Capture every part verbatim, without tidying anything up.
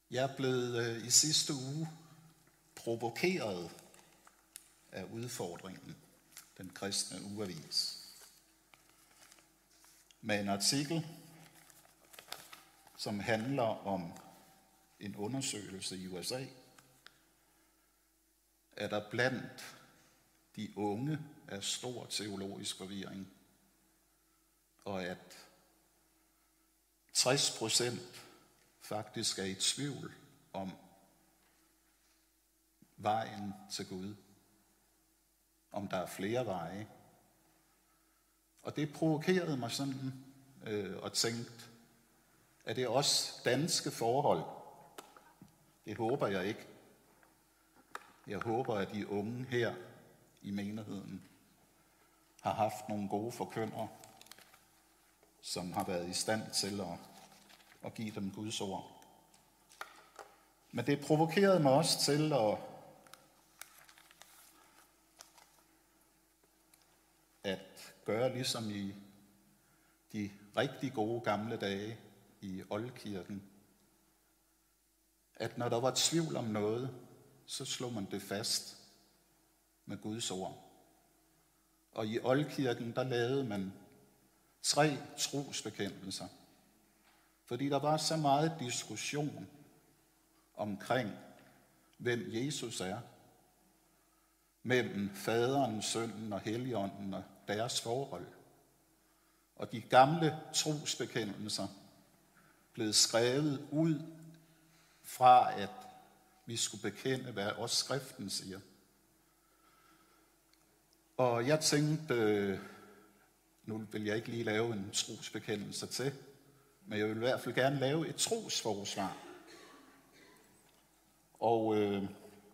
Jeg er blevet øh, i sidste uge provokeret af udfordringen, den kristne ugeavis, med en artikel, som handler om en undersøgelse i U S A, at der blandt de unge er stor teologisk forvirring, og at tres procent faktisk er i tvivl om vejen til Gud, om der er flere veje. Og det provokerede mig sådan øh, og tænkte, at det er også danske forhold. Det håber jeg ikke. Jeg håber, at de unge her i menigheden har haft nogle gode forkyndere, som har været i stand til at, at give dem Guds ord. Men det provokerede mig også til at, at gøre ligesom i de rigtig gode gamle dage i Oldkirken, at når der var tvivl om noget, så slog man det fast med Guds ord. Og i Oldkirken, der lavede man tre trosbekendelser, fordi der var så meget diskussion omkring, hvem Jesus er, mellem faderen, sønnen og helligånden og deres forhold. Og de gamle trosbekendelser blev skrevet ud fra, at vi skulle bekende, hvad også skriften siger. Og jeg tænkte, nu vil jeg ikke lige lave en trosbekendelse til, men jeg vil i hvert fald gerne lave et trosforsvar. Og øh,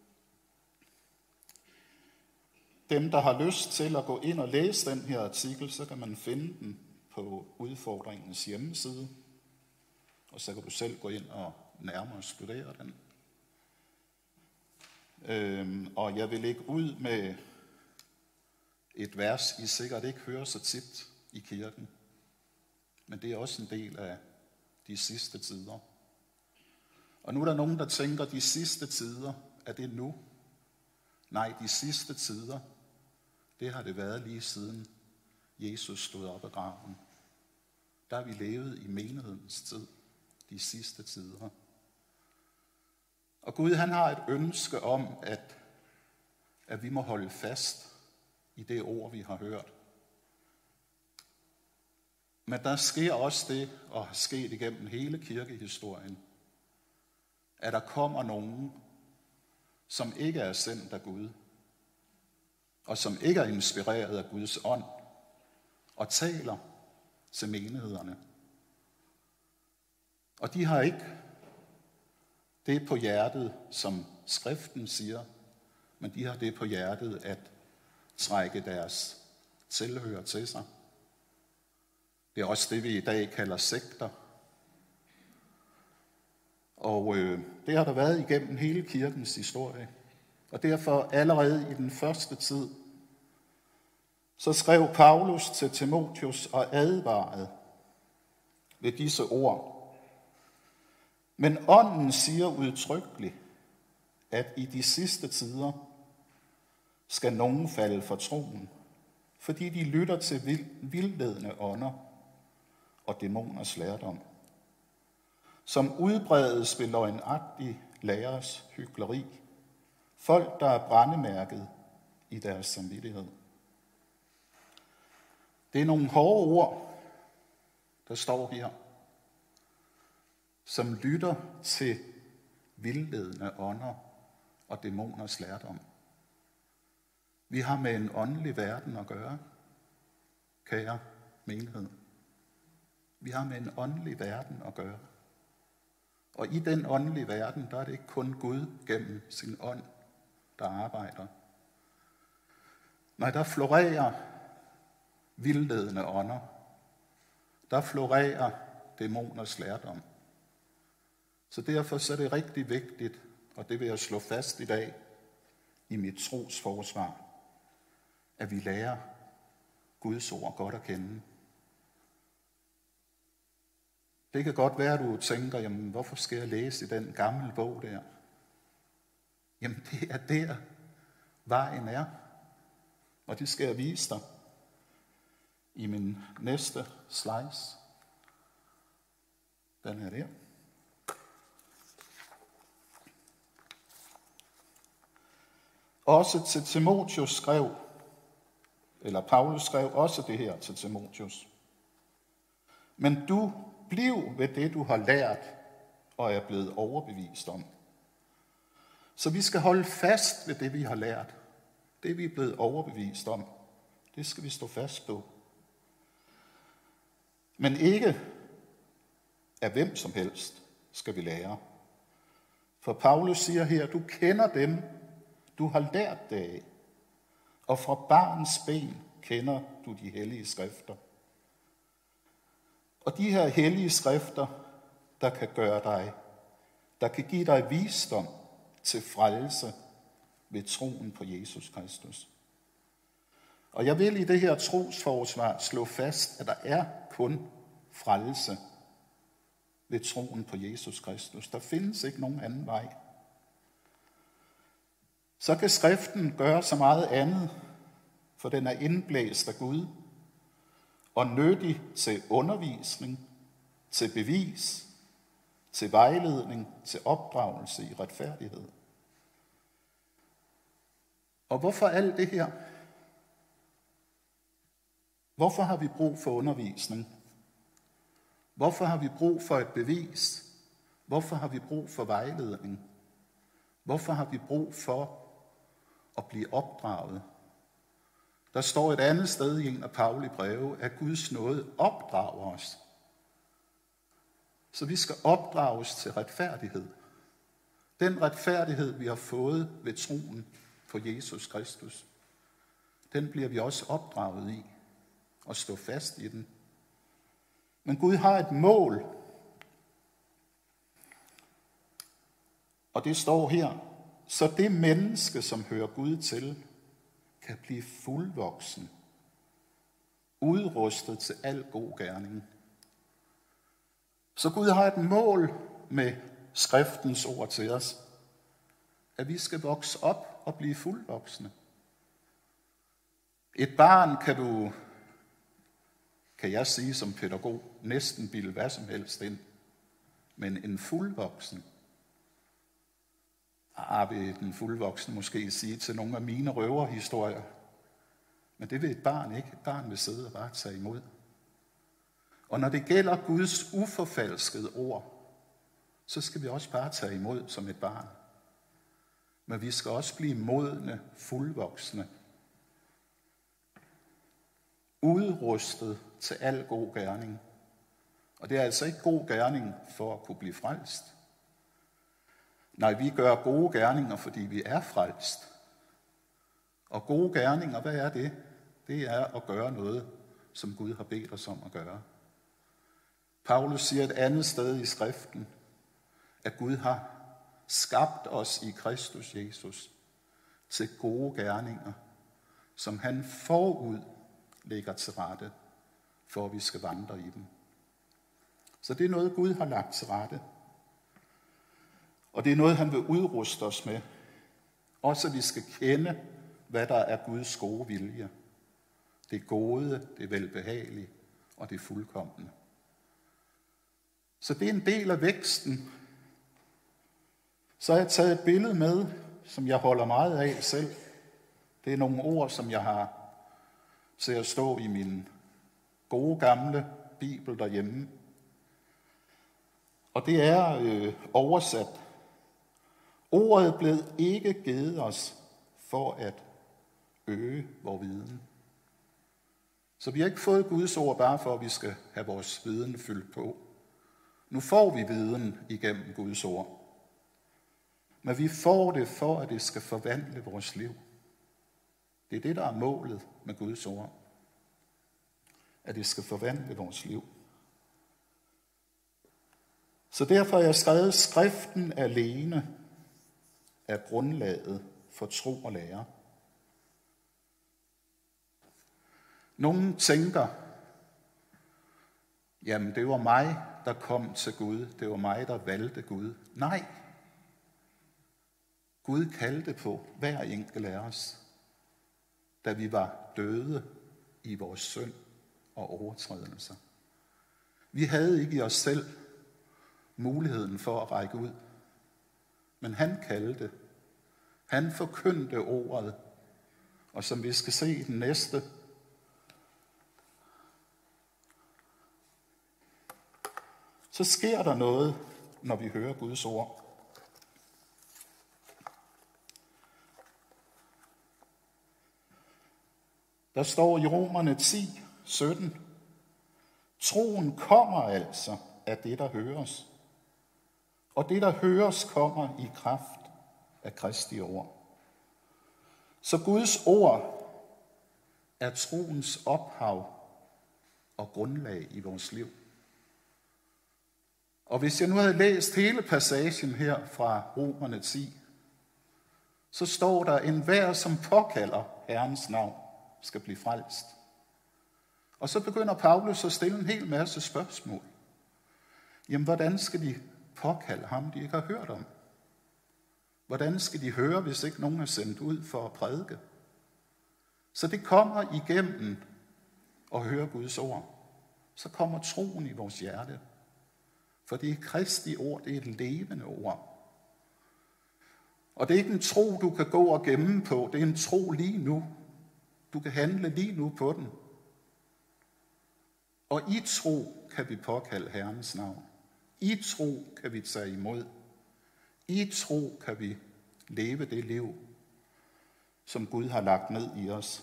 dem, der har lyst til at gå ind og læse den her artikel, så kan man finde den på Udfordringens hjemmeside, og så kan du selv gå ind og nærmere studere den. Øh, og jeg vil lægge ud med et vers, I sikkert ikke hører så tit i kirken, men det er også en del af de sidste tider. Og nu er der nogen, der tænker, de sidste tider, er det nu? Nej, de sidste tider, det har det været lige siden Jesus stod op af graven. Der har vi levet i menighedens tid, de sidste tider. Og Gud, han har et ønske om, at, at vi må holde fast i det ord, vi har hørt. Men der sker også det, og har sket igennem hele kirkehistorien, at der kommer nogen, som ikke er sendt af Gud, og som ikke er inspireret af Guds ånd, og taler til menighederne. Og de har ikke det på hjertet, som skriften siger, men de har det på hjertet at trække deres tilhører til sig. Det er også det, vi i dag kalder sekter. Og øh, det har der været igennem hele kirkens historie. Og derfor allerede i den første tid, så skrev Paulus til Timotheus og advarede ved disse ord. Men ånden siger udtrykkeligt, at i de sidste tider skal nogen falde for troen, fordi de lytter til vildledende ånder og dæmoners lærdom, som udbredes ved løgnagtig lærers hykleri, folk, der er brændemærket i deres samvittighed. Det er nogle hårde ord, der står her, som lytter til vildledende ånder og dæmoners lærdom. Vi har med en åndelig verden at gøre, kære menighed. Vi har med en åndelig verden at gøre. Og i den åndelige verden, der er det ikke kun Gud gennem sin ånd, der arbejder. Nej, der florerer vildledende ånder. Der florerer dæmoners lærdom. Så derfor så er det rigtig vigtigt, og det vil jeg slå fast i dag i mit trosforsvar, at vi lærer Guds ord godt at kende. Det kan godt være, at du tænker, jamen hvorfor skal jeg læse i den gamle bog der? Jamen det er der, vejen er. Og det skal jeg vise dig i min næste slice. Den er der. Også til Timotheus skrev, eller Paulus skrev også det her til Timotheus. Men du bliv ved det, du har lært og er blevet overbevist om. Så vi skal holde fast ved det, vi har lært. Det, vi er blevet overbevist om, det skal vi stå fast på. Men ikke af hvem som helst skal vi lære. For Paulus siger her, du kender dem, du har lært det af, og fra barns ben kender du de hellige skrifter. Og de her hellige skrifter, der kan gøre dig, der kan give dig visdom til frelse ved troen på Jesus Kristus. Og jeg vil i det her trosforsvar slå fast, at der er kun frelse ved troen på Jesus Kristus. Der findes ikke nogen anden vej. Så kan skriften gøre så meget andet, for den er indblæst af Gud og nyttig til undervisning, til bevis, til vejledning, til opdragelse i retfærdighed. Og hvorfor alt det her? Hvorfor har vi brug for undervisning? Hvorfor har vi brug for et bevis? Hvorfor har vi brug for vejledning? Hvorfor har vi brug for at blive opdraget? Der står et andet sted i en af Pauli breve, at Guds nåde opdrager os. Så vi skal opdrages til retfærdighed. Den retfærdighed, vi har fået ved troen på Jesus Kristus, den bliver vi også opdraget i og stå fast i den. Men Gud har et mål, og det står her, så det menneske, som hører Gud til, kan blive fuldvoksen, udrustet til al god gerning. Så Gud har et mål med skriftens ord til os, at vi skal vokse op og blive fuldvoksne. Et barn kan du, kan jeg sige som pædagog, næsten bilde hvad som helst ind, men en fuldvoksen, Ah, vil den fuldvoksne måske sige til nogle af mine røverhistorier. Men det vil et barn ikke. Et barn vil sidde og bare tage imod. Og når det gælder Guds uforfalskede ord, så skal vi også bare tage imod som et barn. Men vi skal også blive modne, fuldvoksne. Udrustet til al god gerning. Og det er altså ikke god gerning for at kunne blive frelst. Nej, vi gør gode gerninger, fordi vi er frelst. Og gode gerninger, hvad er det? Det er at gøre noget, som Gud har bedt os om at gøre. Paulus siger et andet sted i skriften, at Gud har skabt os i Kristus Jesus til gode gerninger, som han forud lægger til rette, for at vi skal vandre i dem. Så det er noget, Gud har lagt til rette. Og det er noget, han vil udruste os med. Også at vi skal kende, hvad der er Guds gode vilje. Det gode, det velbehagelige og det fuldkomne. Så det er en del af væksten. Så har jeg taget et billede med, som jeg holder meget af selv. Det er nogle ord, som jeg har til at stå i min gode gamle bibel derhjemme. Og det er øh, oversat. Ordet blev ikke givet os for at øge vor viden. Så vi har ikke fået Guds ord bare for, at vi skal have vores viden fyldt på. Nu får vi viden igennem Guds ord. Men vi får det for, at det skal forvandle vores liv. Det er det, der er målet med Guds ord. At det skal forvandle vores liv. Så derfor har jeg skrevet, skriften alene er grundlaget for tro og lære. Nogle tænker, jamen det var mig, der kom til Gud. Det var mig, der valgte Gud. Nej. Gud kaldte på hver enkelt af os, da vi var døde i vores synd og overtrædelser. Vi havde ikke i os selv muligheden for at række ud. Men han kaldte. Han forkyndte ordet. Og som vi skal se i den næste, så sker der noget, når vi hører Guds ord. Der står i Romerne ti, sytten. Troen kommer altså af det, der høres. Og det, der høres, kommer i kraft af Kristi ord. Så Guds ord er troens ophav og grundlag i vores liv. Og hvis jeg nu havde læst hele passagen her fra Romerne ti, så står der, enhver som påkalder Herrens navn, skal blive frelst. Og så begynder Paulus at stille en hel masse spørgsmål. Jamen, hvordan skal de påkalde ham, de ikke har hørt om? Hvordan skal de høre, hvis ikke nogen er sendt ud for at prædike? Så det kommer igennem at høre Guds ord. Så kommer troen i vores hjerte. For det er Kristi ord, det er et levende ord. Og det er ikke en tro, du kan gå og gemme på. Det er en tro lige nu. Du kan handle lige nu på den. Og i tro kan vi påkalde Herrens navn. I tro kan vi tage imod. I tro kan vi leve det liv, som Gud har lagt ned i os.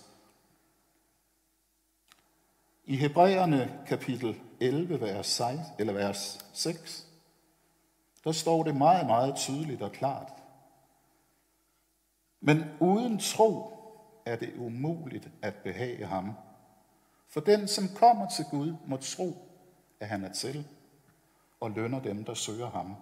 I Hebræerne kapitel elleve, vers seks, eller vers seks, der står det meget, meget tydeligt og klart. Men uden tro er det umuligt at behage ham. For den, som kommer til Gud, må tro, at han er til, og lønner dem, der søger ham.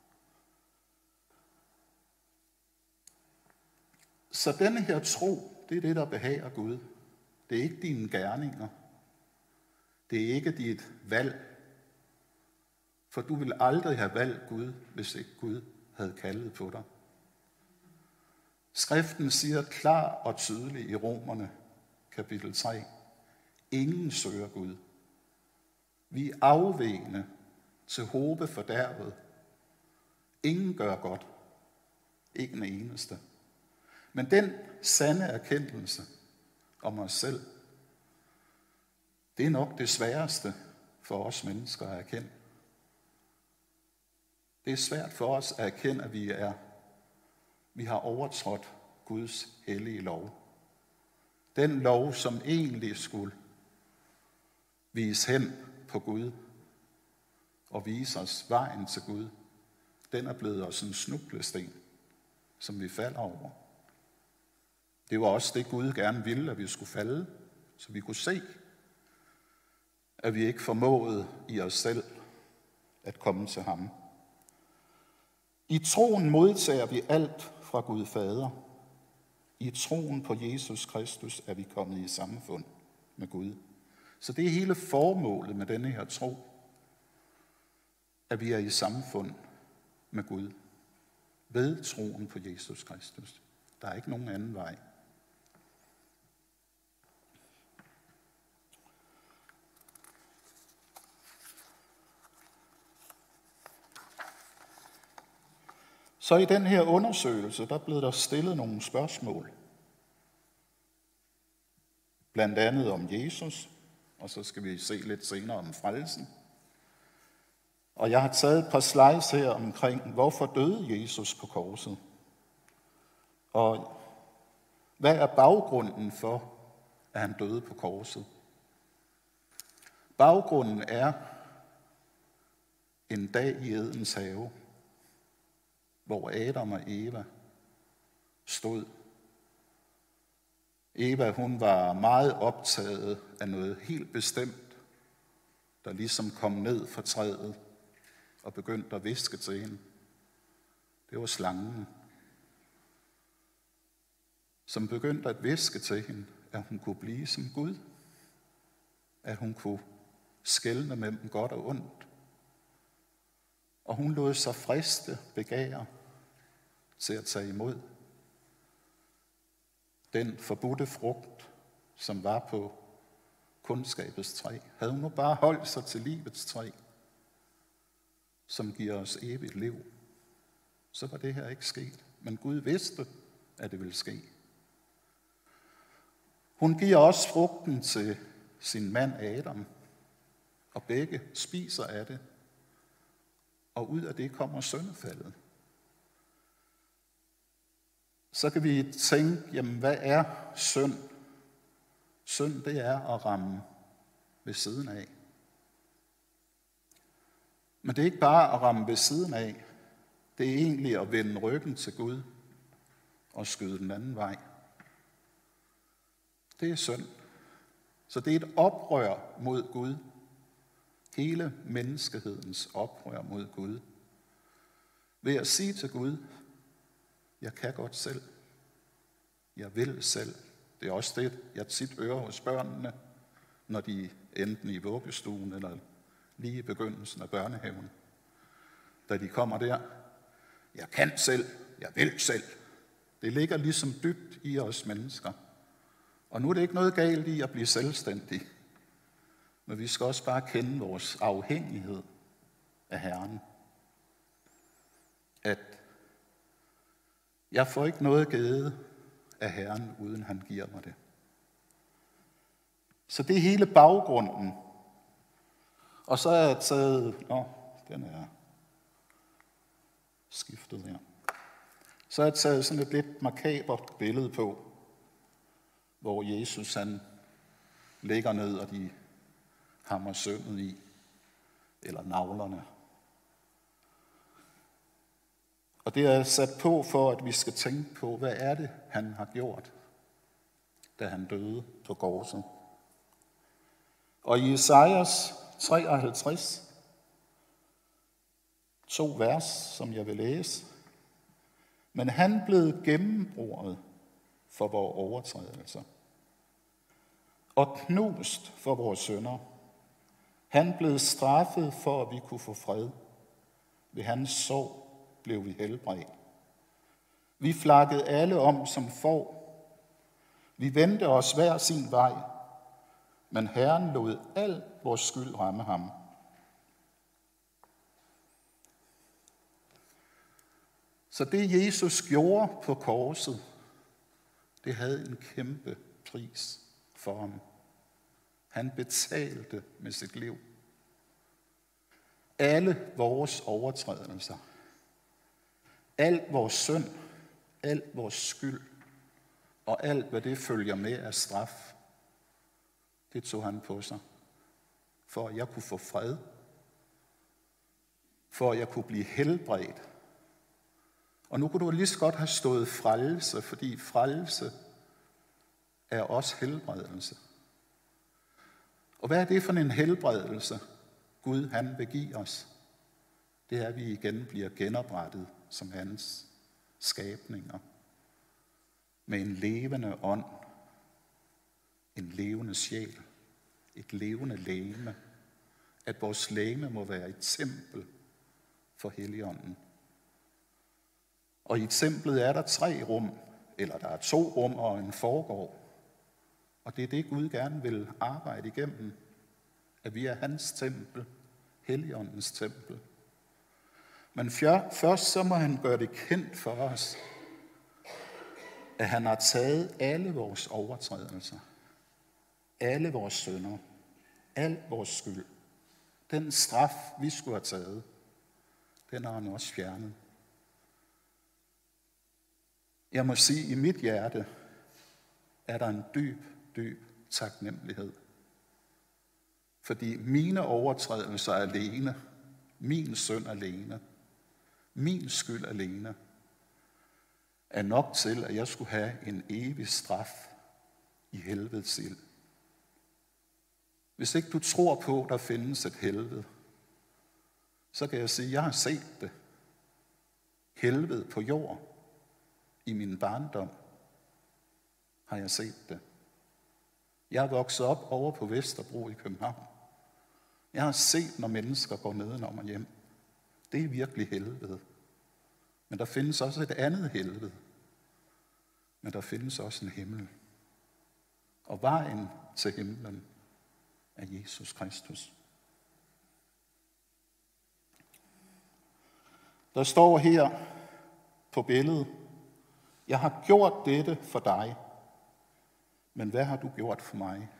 Så denne her tro, det er det, der behager Gud. Det er ikke dine gerninger. Det er ikke dit valg. For du vil aldrig have valgt Gud, hvis ikke Gud havde kaldet på dig. Skriften siger klar og tydeligt i Romerne kapitel tre. Ingen søger Gud. Vi er afvigende til håbe fordærvet. Ingen gør godt. Ikke en eneste. Men den sande erkendelse om os selv, det er nok det sværeste for os mennesker at erkende. Det er svært for os at erkende, at vi er, vi har overtrådt Guds hellige lov. Den lov, som egentlig skulle vise hen på Gud og vise os vejen til Gud, den er blevet os en snublesten, som vi falder over. Det var også det, Gud gerne ville, at vi skulle falde, så vi kunne se, at vi ikke formåede i os selv at komme til ham. I troen modtager vi alt fra Gud Fader. I troen på Jesus Kristus er vi kommet i samfund med Gud. Så det er hele formålet med denne her tro, at vi er i samfund med Gud. Ved troen på Jesus Kristus. Der er ikke nogen anden vej. Så i den her undersøgelse, der blev der stillet nogle spørgsmål. Blandt andet om Jesus, og så skal vi se lidt senere om frelsen. Og jeg har taget et par slides her omkring, hvorfor døde Jesus på korset? Og hvad er baggrunden for, at han døde på korset? Baggrunden er en dag i Edens have, hvor Adam og Eva stod. Eva, hun var meget optaget af noget helt bestemt, der ligesom kom ned fra træet og begyndte at hviske til hende. Det var slangen, som begyndte at hviske til hende, at hun kunne blive som Gud. At hun kunne skelne mellem godt og ondt. Og hun lod sig friste, begære til at tage imod den forbudte frugt, som var på kundskabets træ. Havde hun nu bare holdt sig til livets træ, som giver os evigt liv, så var det her ikke sket. Men Gud vidste, at det ville ske. Hun giver også frugten til sin mand Adam, og begge spiser af det, og ud af det kommer syndefaldet. Så kan vi tænke, jamen hvad er synd? Synd, det er at ramme ved siden af. Men det er ikke bare at ramme ved siden af. Det er egentlig at vende ryggen til Gud og skyde den anden vej. Det er synd. Så det er et oprør mod Gud. Hele menneskehedens oprør mod Gud. Ved at sige til Gud, jeg kan godt selv. Jeg vil selv. Det er også det, jeg tit hører hos børnene, når de enten i vuggestuen eller lige i begyndelsen af børnehaven. Da de kommer der, jeg kan selv, jeg vil selv. Det ligger ligesom dybt i os mennesker. Og nu er det ikke noget galt i at blive selvstændig. Men vi skal også bare kende vores afhængighed af Herren. At jeg får ikke noget glæde af Herren, uden han giver mig det. Så det er hele baggrunden. Og så er jeg taget... Nå, den er skiftet her. Så er jeg taget sådan et lidt makabert billede på, hvor Jesus han ligger ned, og de hammer sømmet i, eller navlerne. Og det er sat på for, at vi skal tænke på, hvad er det, han har gjort, da han døde på korset. Og i Esajas treoghalvtreds, to vers, som jeg vil læse. Men han blev gennembroret for vores overtrædelser og knust for vores synder. Han blev straffet for, at vi kunne få fred. Ved hans sorg blev vi helbredt. Vi flakkede alle om som får. Vi vendte os hver sin vej, men Herren lod al vores skyld ramme ham. Så det Jesus gjorde på korset, det havde en kæmpe pris for ham. Han betalte med sit liv. Alle vores overtrædelser, alt vores synd, alt vores skyld og alt, hvad det følger med af straf, det tog han på sig, for at jeg kunne få fred, for at jeg kunne blive helbredt. Og nu kunne du lige så godt have stået frelse, fordi frelse er også helbredelse. Og hvad er det for en helbredelse, Gud han vil give os? Det er, at vi igen bliver genoprettet som hans skabninger. Med en levende ånd, en levende sjæl, et levende legeme. At vores legeme må være et tempel for Helligånden. Og i templet er der tre rum, eller der er to rum og en forgård. Og det er det, Gud gerne vil arbejde igennem. At vi er hans tempel, Helligåndens tempel. Men først så må han gøre det kendt for os, at han har taget alle vores overtrædelser, alle vores synder, al vores skyld. Den straf, vi skulle have taget, den har han også fjernet. Jeg må sige, at i mit hjerte er der en dyb, dyb taknemmelighed. Fordi mine overtrædelser alene, min synd alene, min skyld alene, er nok til, at jeg skulle have en evig straf i helvedes ild. Hvis ikke du tror på, at der findes et helvede, så kan jeg sige, at jeg har set det. Helvede på jord. I min barndom har jeg set det. Jeg er vokset op over på Vesterbro i København. Jeg har set, når mennesker går nedenom og hjem. Det er virkelig helvede. Men der findes også et andet helvede. Men der findes også en himmel. Og vejen til himlen er Jesus Kristus. Der står her på billedet, jeg har gjort dette for dig, men hvad har du gjort for mig?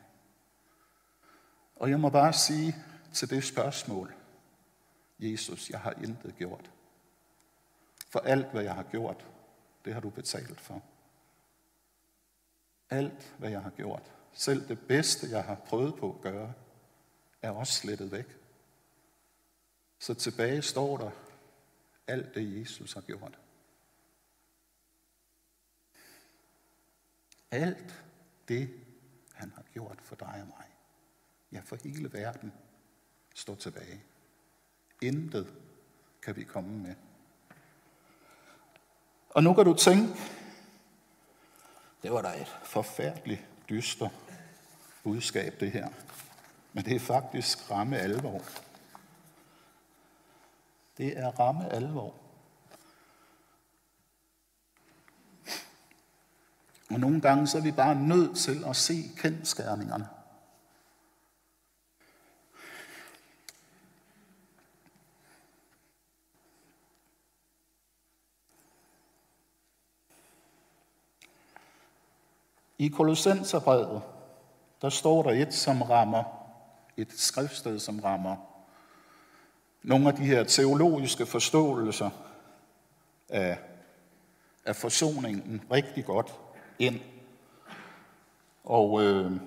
Og jeg må bare sige til det spørgsmål, Jesus, jeg har intet gjort. For alt, hvad jeg har gjort, det har du betalt for. Alt, hvad jeg har gjort, selv det bedste, jeg har prøvet på at gøre, er også slettet væk. Så tilbage står der alt det, Jesus har gjort. Alt det, han har gjort for dig og mig, ja, for hele verden, står tilbage. Intet kan vi komme med. Og nu kan du tænke, det var da et forfærdeligt dyster budskab, det her. Men det er faktisk ramme alvor. Det er ramme alvor. Og nogle gange så er vi bare nødt til at se kendsgerningerne. I Kolossenserbrevet, der står der et, som rammer, et skriftsted, som rammer nogle af de her teologiske forståelser af, af forsoningen rigtig godt ind. Og øh,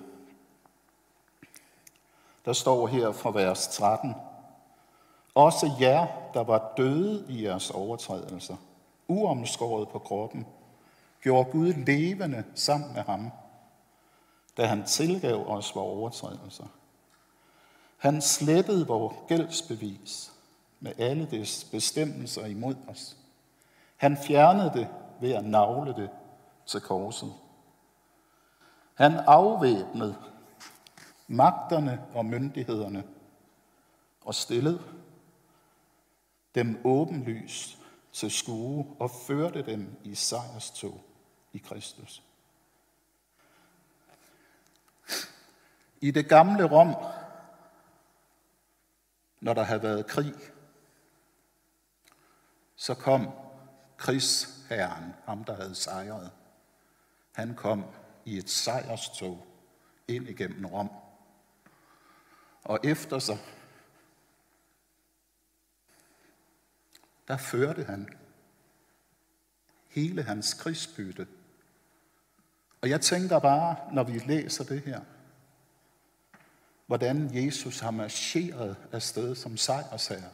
der står her fra vers tretten, også jer, der var døde i jeres overtrædelser, uomskåret på kroppen, gjorde Gud levende sammen med ham, da han tilgav os vores overtrædelser. Han slettede vores gældsbevis med alle dets bestemmelser imod os. Han fjernede det ved at nagle det til korset. Han afvæbnede magterne og myndighederne og stillede dem åbenlyst til skue og førte dem i sejrstog i Kristus. I det gamle Rom, når der havde været krig, så kom krigsherren, ham der havde sejret. Han kom i et sejrstog ind igennem Rom. Og efter sig, der førte han hele hans krigsbytte. Og jeg tænker bare, når vi læser det her, hvordan Jesus har marcheret afsted som sejrsherre.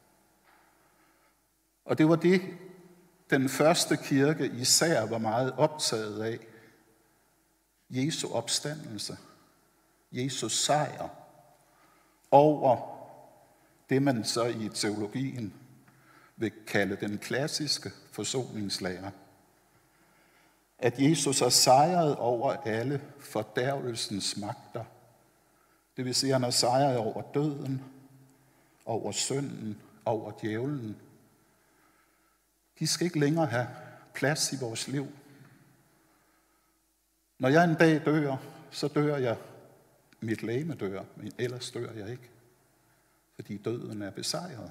Og det var det, den første kirke især var meget optaget af. Jesu opstandelse, Jesus sejr over det, man så i teologien vil kalde den klassiske forsoningslære. At Jesus har sejret over alle fordærvelsens magter. Det vil sige, at han har sejret over døden, over synden, over djævlen. De skal ikke længere have plads i vores liv. Når jeg en dag dør, så dør jeg, mit legeme dør, men ellers dør jeg ikke. Fordi døden er besejret.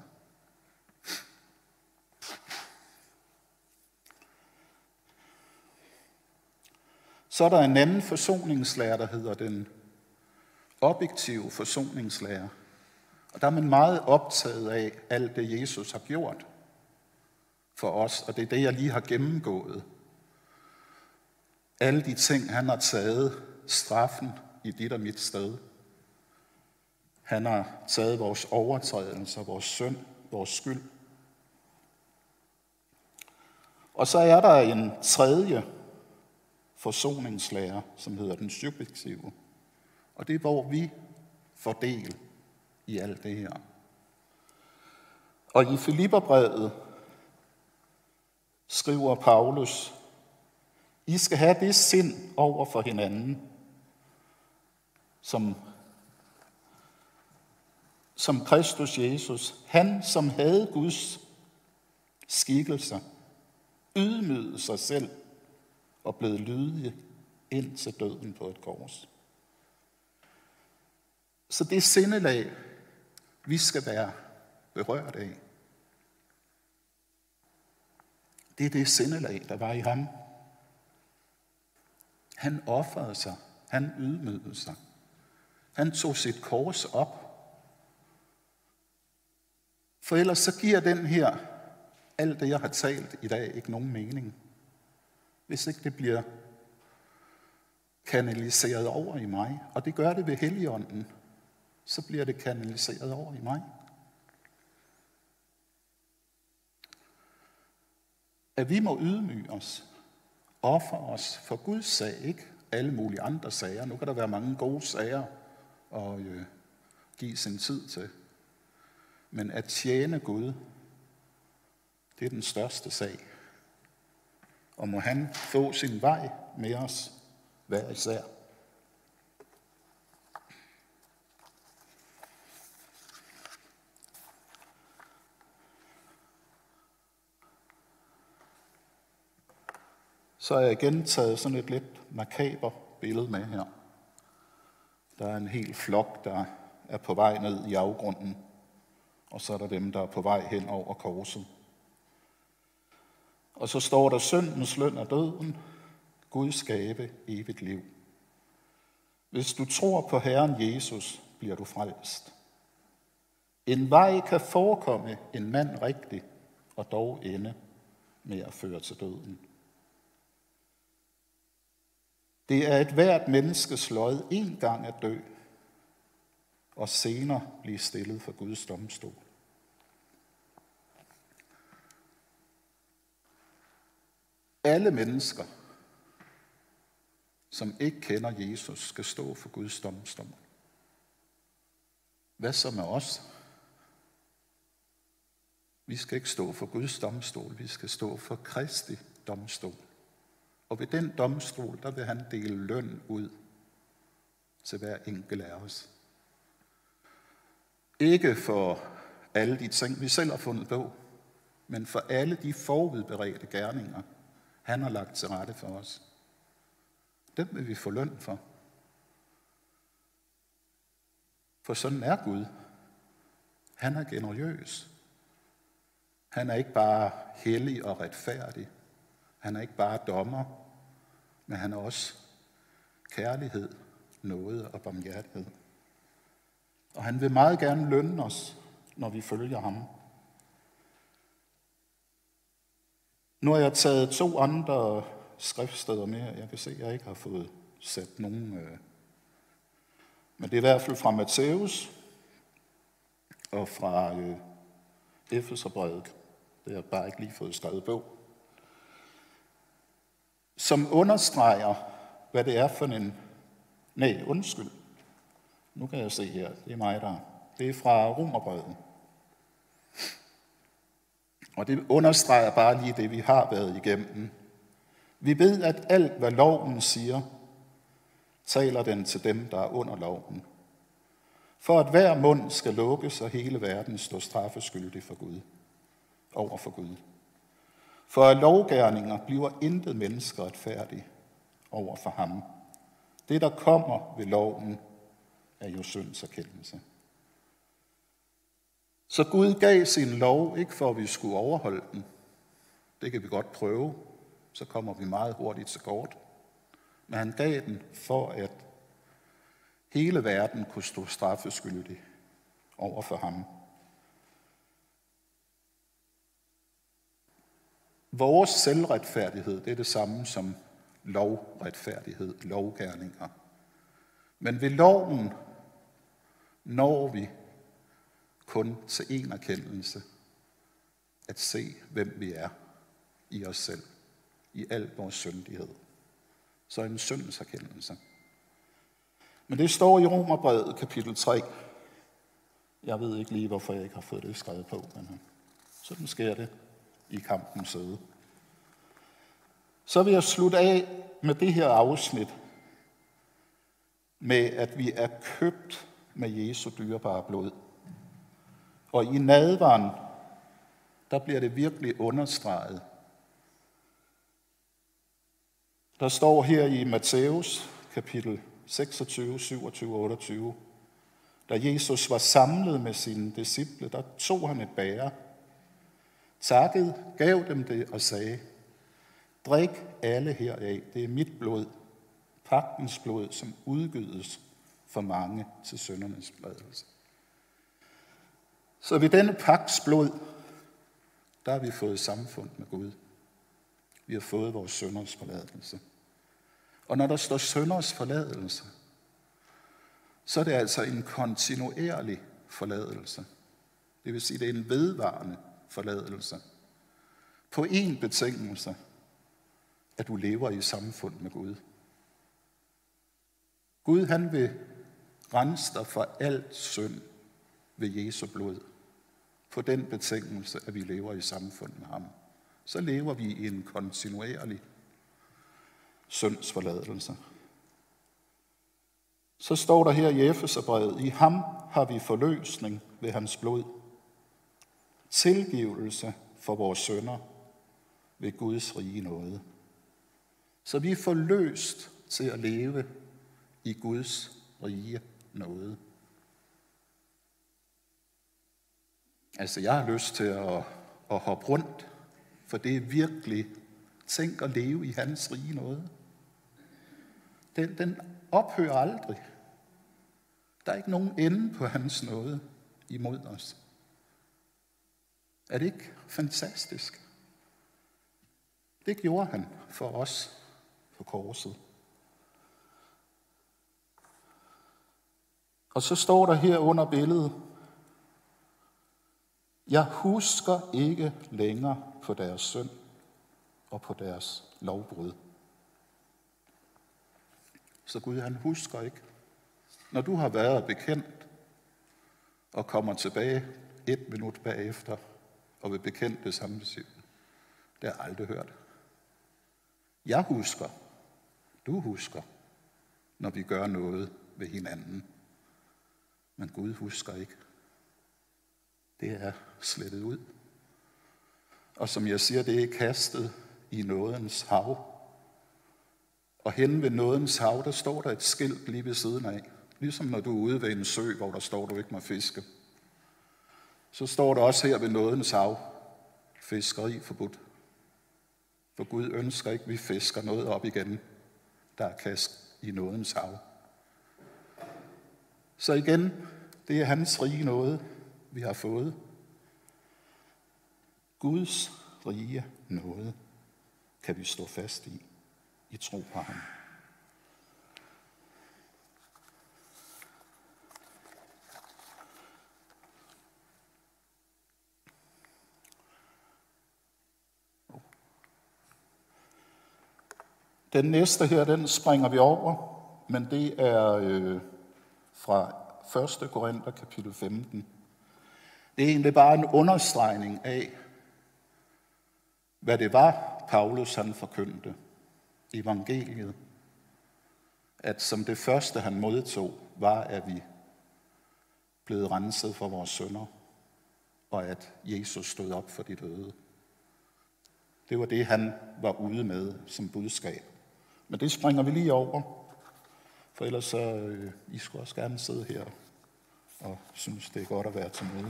Så er der en anden forsoningslære, der hedder den objektive forsoningslære. Og der er man meget optaget af alt det, Jesus har gjort for os, og det er det, jeg lige har gennemgået. Alle de ting, han har taget straffen i dit og mit sted. Han har taget vores overtrædelser, vores synd, vores skyld. Og så er der en tredje forsoningslære, som hedder den subjektive. Og det er, hvor vi får del i alt det her. Og i Filipperbrevet skriver Paulus, I skal have det sind over for hinanden, som som Kristus Jesus, han som havde Guds skikkelser, ydmygede sig selv og blev lydig ind til døden på et kors. Så det sindelag, vi skal være berørt af, det er det sindelag, der var i ham. Han ofrede sig. Han ydmygede sig. Han tog sit kors op. For ellers så giver den her, alt det jeg har talt i dag, ikke nogen mening. Hvis ikke det bliver kanaliseret over i mig, og det gør det ved Helligånden, så bliver det kanaliseret over i mig. At vi må ydmyge os, ofre os for Guds sag, ikke alle mulige andre sager. Nu kan der være mange gode sager at øh, give sin tid til. Men at tjene Gud, det er den største sag. Og må han få sin vej med os hver især. Så har jeg igen taget sådan et lidt makaber billede med her. Der er en hel flok, der er på vej ned i afgrunden, og så er der dem, der er på vej hen over korset. Og så står der, syndens løn er døden, Gud skabe evigt liv. Hvis du tror på Herren Jesus, bliver du frelst. En vej kan forekomme en mand rigtig, og dog ende med at føre til døden. Det er et hvert menneskes lod en gang at dø, og senere blive stillet for Guds domstol. Alle mennesker, som ikke kender Jesus, skal stå for Guds domstol. Hvad så med os? Vi skal ikke stå for Guds domstol, vi skal stå for Kristi domstol. Og ved den domstol, der vil han dele løn ud til hver enkelt af os. Ikke for alle de ting, vi selv har fundet på, men for alle de forudberedte gerninger, han har lagt til rette for os. Dem vil vi få løn for. For sådan er Gud. Han er generøs. Han er ikke bare hellig og retfærdig. Han er ikke bare dommer, men han er også kærlighed, nåde og barmhjertighed. Og han vil meget gerne lønne os, når vi følger ham. Nu har jeg taget to andre skriftsteder med. Jeg kan se, at jeg ikke har fået sat nogen. Øh... Men det er i hvert fald fra Matthæus og fra øh, Efeserbrevet. Det har jeg bare ikke lige fået skrevet på. Som understreger, hvad det er for en... Nej, undskyld. Nu kan jeg se her. Det er mig, der... Det er fra Romerbrevet. Og det understreger bare lige det, vi har været igennem. Vi ved, at alt, hvad loven siger, taler den til dem, der er under loven. For at hver mund skal lukkes, og hele verden står straffeskyldig for Gud, over for Gud. For af lovgerninger bliver intet menneske retfærdig over for ham. Det, der kommer ved loven, er jo syndserkendelse. Så Gud gav sin lov, ikke for at vi skulle overholde den. Det kan vi godt prøve, så kommer vi meget hurtigt til kort. Men han gav den for, at hele verden kunne stå straffeskyldig over for ham. Vores selvretfærdighed, det er det samme som lovretfærdighed, lovgerninger. Men ved loven når vi kun til en erkendelse, at se, hvem vi er i os selv, i al vores syndighed. Så en synderkendelse. Men det står i Romerbrevet kapitel tre. Jeg ved ikke lige, hvorfor jeg ikke har fået det skrevet på, men sådan sker det i kampens sæde. Så vil jeg slutte af med det her afsnit, med at vi er købt med Jesu dyrebare blod. Og i nadveren, der bliver det virkelig understreget. Der står her i Matthæus kapitel seksogtyve, syvogtyve og otteogtyve, da Jesus var samlet med sine disciple, der tog han et bæger, takkede, gav dem det og sagde, drik alle heraf, det er mit blod, pagtens blod, som udgydes for mange til syndernes forladelse. Så ved denne pagts blod, der har vi fået samfund med Gud. Vi har fået vores synders forladelse. Og når der står synders forladelse, så er det altså en kontinuerlig forladelse. Det vil sige, det er en vedvarende forladelse. På én betingelse, at du lever i samfund med Gud. Gud, han vil rense dig for alt synd ved Jesu blod. På den betingelse, at vi lever i samfund med ham. Så lever vi i en kontinuerlig syndsforladelse. Så står der her i Efeserbrevet, i ham har vi forløsning ved hans blod. Tilgivelse for vores synder ved Guds rige nåde. Så vi er forløst til at leve i Guds rige nåde. Altså, jeg har lyst til at, at hoppe rundt, for det er virkelig, tænk at leve i hans rige nåde. Den, den ophører aldrig. Der er ikke nogen ende på hans nåde imod os. Er det ikke fantastisk? Det gjorde han for os på korset. Og så står der her under billedet, jeg husker ikke længere på deres synd og på deres lovbrud. Så Gud, han husker ikke. Når du har været bekendt og kommer tilbage et minut bagefter og vil bekende det samme disciple, det har jeg aldrig hørt. Jeg husker, du husker, når vi gør noget ved hinanden. Men Gud husker ikke. Det er slettet ud. Og som jeg siger, det er kastet i nådens hav. Og hen ved nådens hav, der står der et skilt lige ved siden af. Ligesom når du er ude ved en sø, hvor der står, du ikke må fiske. Så står der også her ved nådens hav, fiskeri forbudt. For Gud ønsker ikke, at vi fisker noget op igen, der er kastet i nådens hav. Så igen, det er hans rige nåde, vi har fået. Guds rige nåde kan vi stå fast i, i tro på ham. Den næste her, den springer vi over, men det er øh, fra første Korinther kapitel femten. Det er egentlig bare en understregning af, hvad det var, Paulus han forkyndte. Evangeliet. At som det første, han modtog, var, at vi blev renset for vores synder, og at Jesus stod op for de døde. Det var det, han var ude med som budskab. Men det springer vi lige over, for ellers så, øh, I skulle også gerne sidde her og synes, det er godt at være til møde.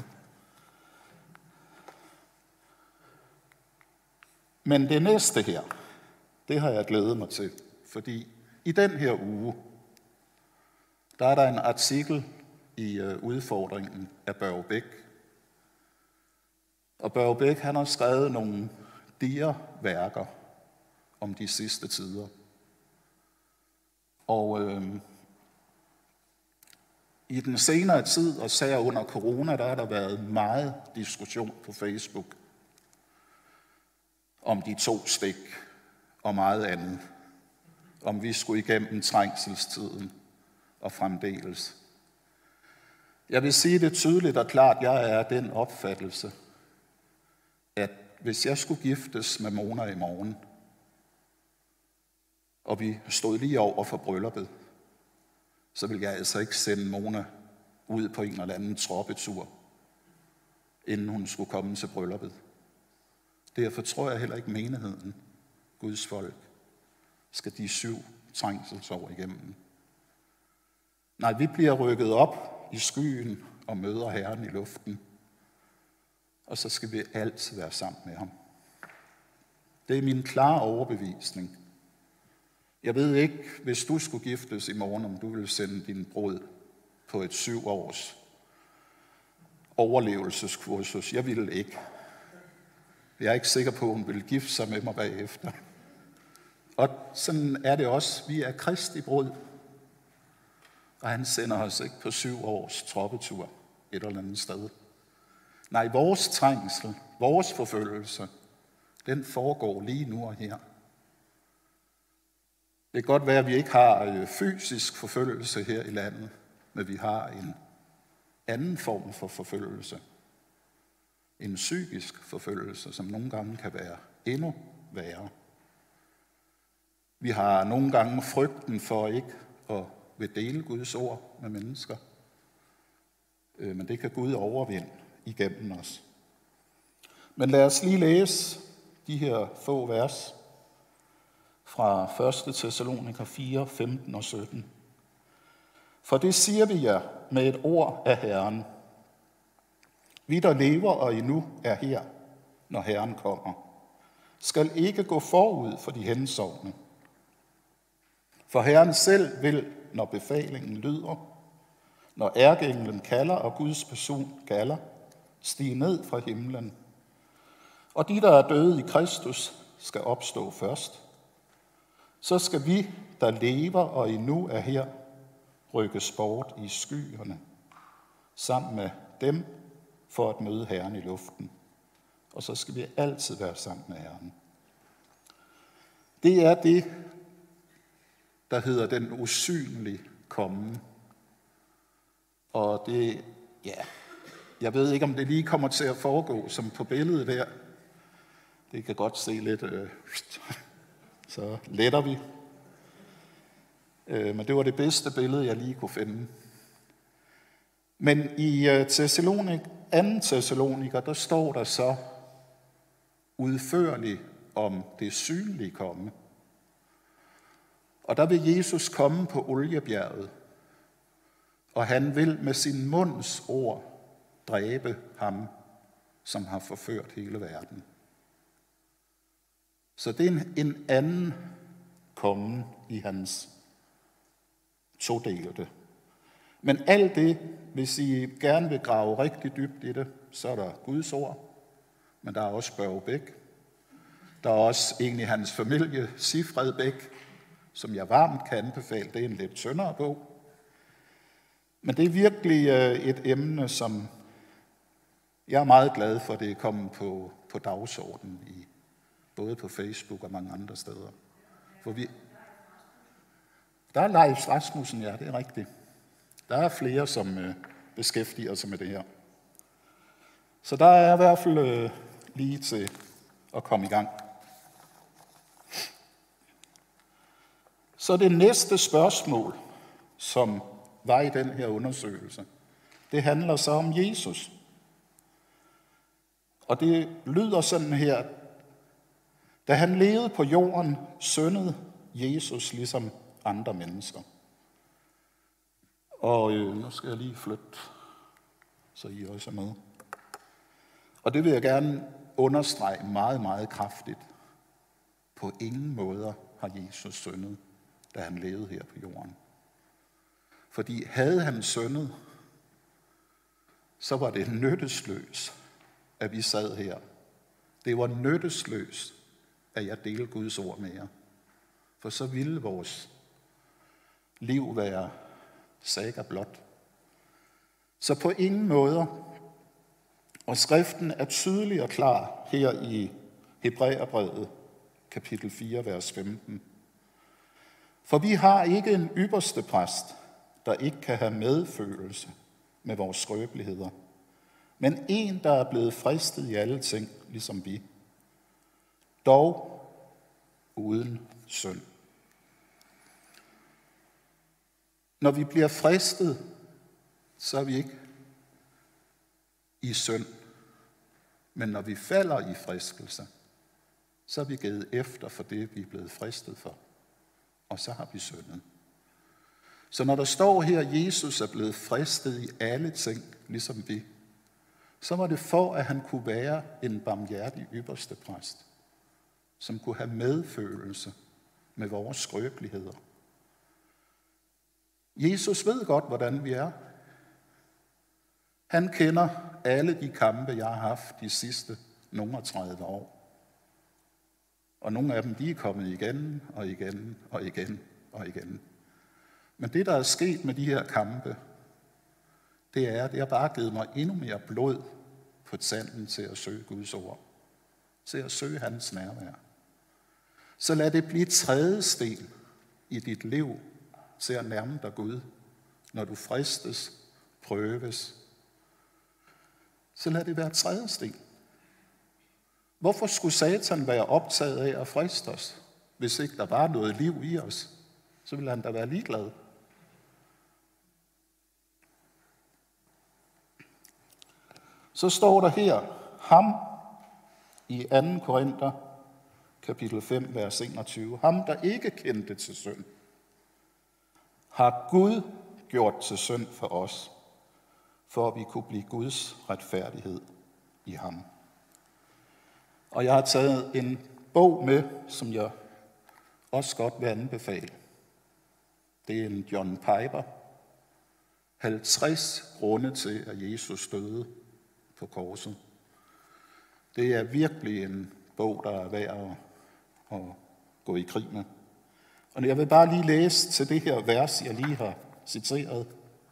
Men det næste her, det har jeg glædet mig til, fordi i den her uge, der er der en artikel i uh, udfordringen af Børge Bæk. Og Børge Bæk, han har skrevet nogle digre-værker om de sidste tider. Og øh, i den senere tid, og især under corona, der har der været meget diskussion på Facebook om de to stik og meget andet. Om vi skulle igennem trængselstiden og fremdeles. Jeg vil sige det tydeligt og klart, jeg er den opfattelse, at hvis jeg skulle giftes med Mona i morgen, og vi stod lige over for brylluppet, så vil jeg altså ikke sende Mona ud på en eller anden troppetur inden hun skulle komme til brylluppet. Derfor tror jeg heller ikke menigheden, Guds folk, skal de syv trængselsår igennem. Nej, vi bliver rykket op i skyen og møder Herren i luften. Og så skal vi altid være sammen med ham. Det er min klare overbevisning. Jeg ved ikke, hvis du skulle giftes i morgen, om du ville sende din brud på et syv års overlevelseskursus. Jeg ville ikke. Jeg er ikke sikker på, at hun ville gifte sig med mig bagefter. Og sådan er det også. Vi er Kristi brud. Og han sender os ikke på syv års troppetur et eller andet sted. Nej, vores trængsel, vores forfølgelse, den foregår lige nu og her. Det kan godt være, at vi ikke har fysisk forfølgelse her i landet, men vi har en anden form for forfølgelse. En psykisk forfølgelse, som nogle gange kan være endnu værre. Vi har nogle gange frygten for ikke at vil dele Guds ord med mennesker. Men det kan Gud overvinde igennem os. Men lad os lige læse de her få vers fra første Thessaloniker fire, femten og sytten. For det siger vi jer med et ord af Herren. Vi, der lever og endnu er her, når Herren kommer, skal ikke gå forud for de hensovne. For Herren selv vil, når befalingen lyder, når ærkeenglen kalder og Guds person kalder, stige ned fra himlen. Og de, der er døde i Kristus, skal opstå først. Så skal vi, der lever og endnu er her, rykkes bort i skyerne, sammen med dem, for at møde Herren i luften. Og så skal vi altid være sammen med Herren. Det er det, der hedder den usynlige komme. Og det, ja, jeg ved ikke, om det lige kommer til at foregå, som på billedet der. Det kan godt se lidt, øh, så letter vi. Øh, men det var det bedste billede, jeg lige kunne finde. Men i øh, Thessalonik, anden Thessaloniker, der står der så udførligt om det synlige komme. Og der vil Jesus komme på oliebjerget, og han vil med sin munds ord dræbe ham, som har forført hele verden. Så det er en, en anden komme i hans todelte. Men alt det, hvis I gerne vil grave rigtig dybt i det, så er der Guds ord, men der er også Børge Bæk. Der er også en i hans familie, Sifred Bæk, som jeg varmt kan anbefale. Det er en lidt tyndere bog. Men det er virkelig et emne, som jeg er meget glad for, det er kommet på, på dagsordenen, i, både på Facebook og mange andre steder. For vi, der er Leif Rasmussen, ja, det er rigtigt. Der er flere, som øh, beskæftiger sig med det her. Så der er i hvert fald øh, lige til at komme i gang. Så det næste spørgsmål, som var i den her undersøgelse, det handler så om Jesus. Og det lyder sådan her: da han levede på jorden, syndede Jesus ligesom andre mennesker. Og øh, nu skal jeg lige flytte, så I også er med. Og det vil jeg gerne understrege meget, meget kraftigt. På ingen måder har Jesus syndet, da han levede her på jorden. Fordi havde han syndet, så var det nyttesløst, at vi sad her. Det var nyttesløst, at jeg delte Guds ord med jer. For så ville vores liv være saga blot. Så på ingen måder. Og skriften er tydelig og klar her i Hebræerbrevet, kapitel fire, vers femten. For vi har ikke en ypperste præst, der ikke kan have medfølelse med vores skrøbeligheder, men en, der er blevet fristet i alle ting, ligesom vi, dog uden synd. Når vi bliver fristet, så er vi ikke i synd. Men når vi falder i fristelse, så er vi givet efter for det, vi er blevet fristet for. Og så har vi syndet. Så når der står her, at Jesus er blevet fristet i alle ting, ligesom vi, så var det for, at han kunne være en barmhjertig ypperste præst, som kunne have medfølelse med vores skrøbeligheder. Jesus ved godt, hvordan vi er. Han kender alle de kampe, jeg har haft de sidste nogle tredive år. Og nogle af dem, de er kommet igen og igen og igen og igen. Men det, der er sket med de her kampe, det er, at det har bare givet mig endnu mere blod på tanden til at søge Guds ord. Til at søge hans nærvær. Så lad det blive trædesten i dit liv til at nærme dig Gud, når du fristes, prøves. Så lad det være trædesten. Hvorfor skulle Satan være optaget af at friste os, hvis ikke der var noget liv i os? Så ville han da være ligeglad. Så står der her, ham i anden Korinther, kapitel fem, vers enogtyve. Ham, der ikke kendte til synd, har Gud gjort til synd for os, for at vi kunne blive Guds retfærdighed i ham. Og jeg har taget en bog med, som jeg også godt vil anbefale. Det er en John Piper. halvtreds grunde til, at Jesus døde på korset. Det er virkelig en bog, der er værd at, at gå i krig med. Og jeg vil bare lige læse til det her vers, jeg lige har citeret.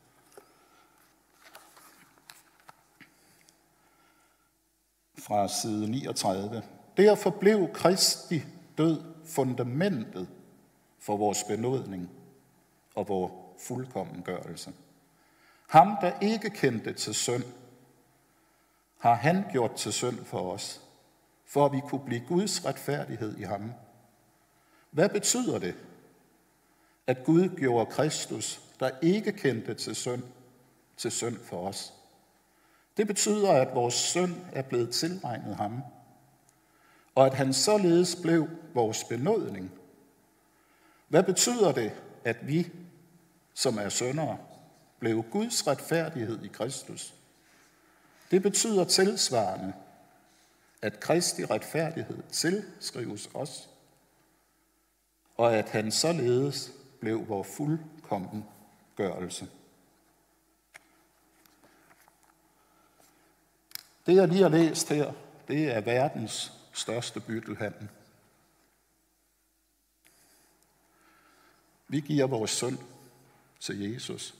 Fra side niogtredive. Derfor blev Kristi død fundamentet for vores benådning og vores fuldkommengørelse. Ham, der ikke kendte til synd, har han gjort til synd for os, for at vi kunne blive Guds retfærdighed i ham. Hvad betyder det, at Gud gjorde Kristus, der ikke kendte til synd, til synd for os? Det betyder, at vores synd er blevet tilregnet ham, og at han således blev vores benådning. Hvad betyder det, at vi, som er syndere, blev Guds retfærdighed i Kristus? Det betyder tilsvarende, at Kristi retfærdighed tilskrives os, og at han således blev vores fuldkommengørelse. Det, jeg lige har læst her, det er verdens største byttehandel. Vi giver vores synd til Jesus,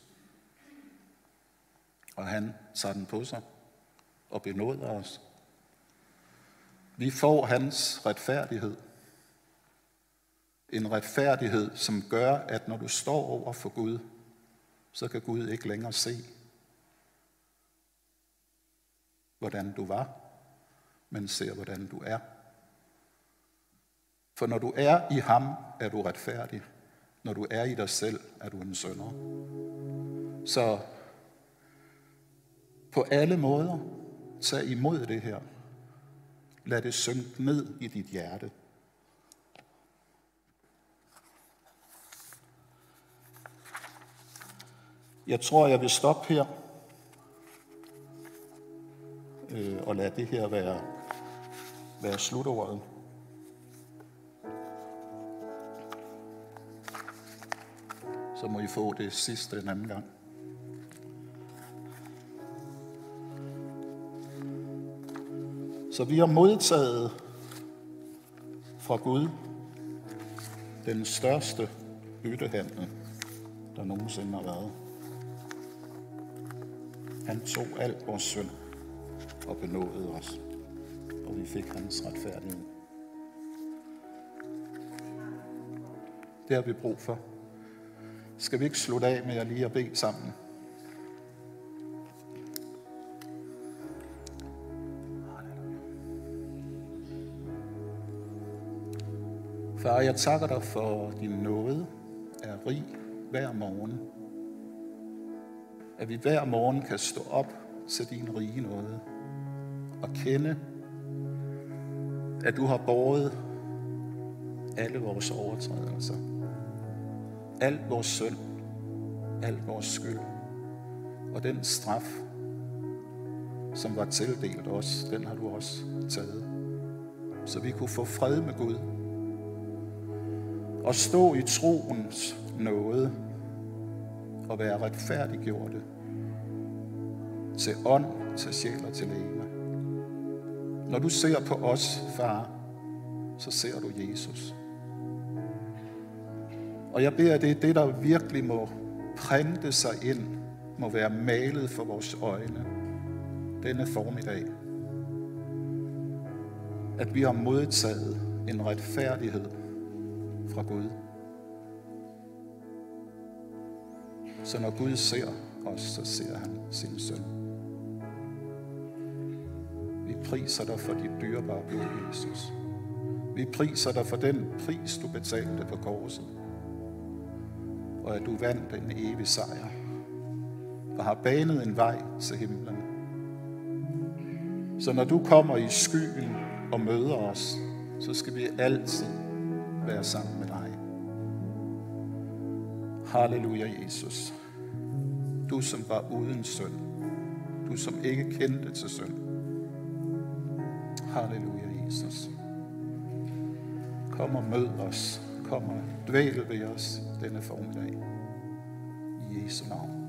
og han tager den på sig og benåder os. Vi får hans retfærdighed. En retfærdighed, som gør, at når du står over for Gud, så kan Gud ikke længere se, hvordan du var, men ser, hvordan du er. For når du er i ham, er du retfærdig. Når du er i dig selv, er du en synder. Så på alle måder, tag imod det her. Lad det synke ned i dit hjerte. Jeg tror, jeg vil stoppe her øh, og lade det her være, være slutordet. Så må I få det sidste en anden gang. Så vi har modtaget fra Gud den største byttehandel, der nogensinde har været. Han tog alt vores synd og benådede os, og vi fik hans retfærdighed. Det har vi brug for. Skal vi ikke slutte af med at lige at bede sammen? Far, jeg takker dig for din nåde er rig hver morgen. At vi hver morgen kan stå op til din rige nåde og kende at du har båret alle vores overtrædelser, al vores synd, al vores skyld, og den straf, som var tildelt os, den har du også taget, så vi kunne få fred med Gud og stå i troens nåde og være retfærdiggjorte til ånd, til sjæl og til legeme. Når du ser på os, far, så ser du Jesus. Og jeg beder, det er det, der virkelig må printe sig ind, må være malet for vores øjne denne formiddag. At vi har modtaget en retfærdighed fra Gud. Så når Gud ser os, så ser han sin søn. Vi priser dig for dit dyrebare blod, Jesus. Vi priser dig for den pris, du betalte på korset. Og at du vandt en evig sejr. Og har banet en vej til himlen. Så når du kommer i skyen og møder os, så skal vi altid være sammen med dig. Halleluja, Jesus. Du, som var uden synd. Du, som ikke kendte til synd. Halleluja, Jesus. Kom og mød os. Kom og dvæl ved os denne formiddag. I Jesu navn.